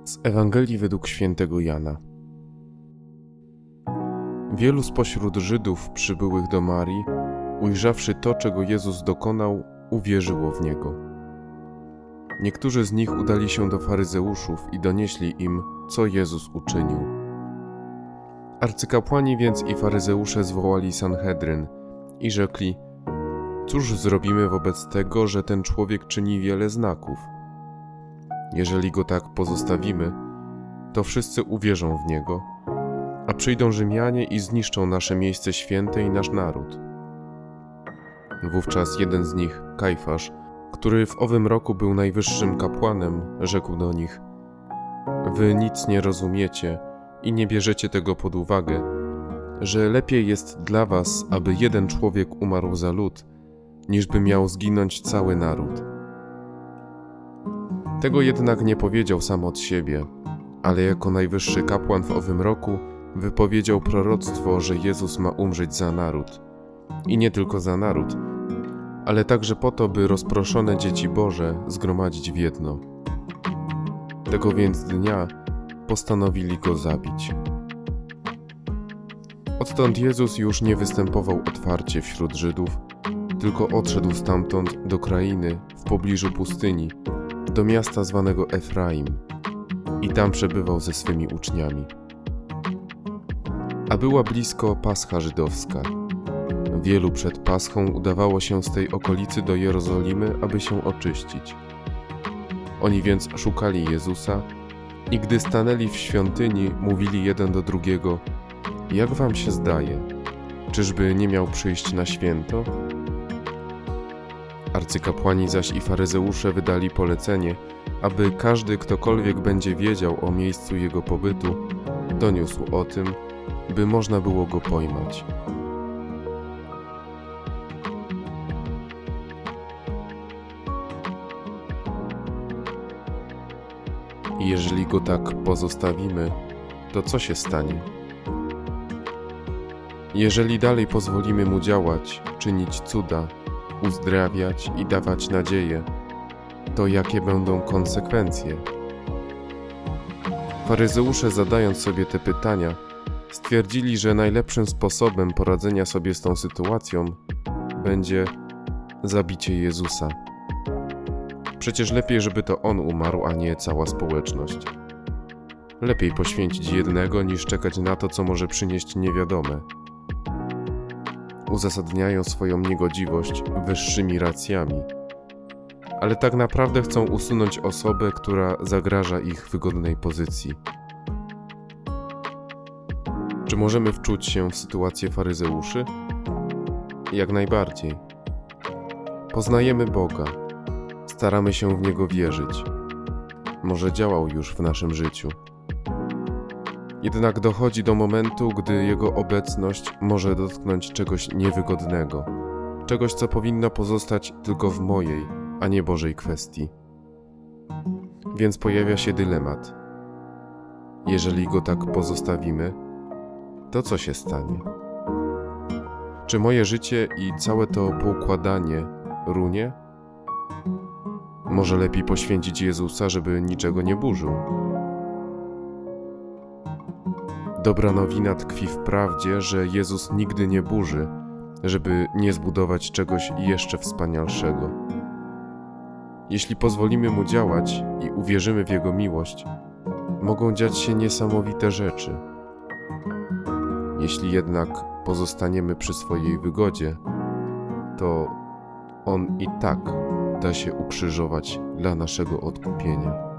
Z Ewangelii według świętego Jana. Wielu spośród Żydów przybyłych do Marii, ujrzawszy to, czego Jezus dokonał, uwierzyło w Niego. Niektórzy z nich udali się do faryzeuszów i donieśli im, co Jezus uczynił. Arcykapłani więc i faryzeusze zwołali Sanhedryn i rzekli: cóż zrobimy wobec tego, że ten człowiek czyni wiele znaków? Jeżeli go tak pozostawimy, to wszyscy uwierzą w niego, a przyjdą Rzymianie i zniszczą nasze miejsce święte i nasz naród. Wówczas jeden z nich, Kajfasz, który w owym roku był najwyższym kapłanem, rzekł do nich: wy nic nie rozumiecie i nie bierzecie tego pod uwagę, że lepiej jest dla was, aby jeden człowiek umarł za lud, niż by miał zginąć cały naród. Tego jednak nie powiedział sam od siebie, ale jako najwyższy kapłan w owym roku wypowiedział proroctwo, że Jezus ma umrzeć za naród. I nie tylko za naród, ale także po to, by rozproszone dzieci Boże zgromadzić w jedno. Tego więc dnia postanowili go zabić. Odtąd Jezus już nie występował otwarcie wśród Żydów, tylko odszedł stamtąd do krainy w pobliżu pustyni, do miasta zwanego Efraim, i tam przebywał ze swymi uczniami. A była blisko Pascha żydowska. Wielu przed Paschą udawało się z tej okolicy do Jerozolimy, aby się oczyścić. Oni więc szukali Jezusa i gdy stanęli w świątyni, mówili jeden do drugiego: jak wam się zdaje, czyżby nie miał przyjść na święto? Arcykapłani zaś i faryzeusze wydali polecenie, aby każdy, ktokolwiek będzie wiedział o miejscu jego pobytu, doniósł o tym, by można było go pojmać. I jeżeli go tak pozostawimy, to co się stanie? Jeżeli dalej pozwolimy mu działać, czynić cuda, uzdrawiać i dawać nadzieję, to jakie będą konsekwencje? Faryzeusze, zadając sobie te pytania, stwierdzili, że najlepszym sposobem poradzenia sobie z tą sytuacją będzie zabicie Jezusa. Przecież lepiej, żeby to on umarł, a nie cała społeczność. Lepiej poświęcić jednego, niż czekać na to, co może przynieść niewiadome. Uzasadniają swoją niegodziwość wyższymi racjami, ale tak naprawdę chcą usunąć osobę, która zagraża ich wygodnej pozycji. Czy możemy wczuć się w sytuację faryzeuszy? Jak najbardziej. Poznajemy Boga, staramy się w Niego wierzyć. Może działał już w naszym życiu. Jednak dochodzi do momentu, gdy Jego obecność może dotknąć czegoś niewygodnego, czegoś, co powinno pozostać tylko w mojej, a nie Bożej kwestii. Więc pojawia się dylemat. Jeżeli go tak pozostawimy, to co się stanie? Czy moje życie i całe to poukładanie runie? Może lepiej poświęcić Jezusa, żeby niczego nie burzył? Dobra nowina tkwi w prawdzie, że Jezus nigdy nie burzy, żeby nie zbudować czegoś jeszcze wspanialszego. Jeśli pozwolimy Mu działać i uwierzymy w Jego miłość, mogą dziać się niesamowite rzeczy. Jeśli jednak pozostaniemy przy swojej wygodzie, to On i tak da się ukrzyżować dla naszego odkupienia.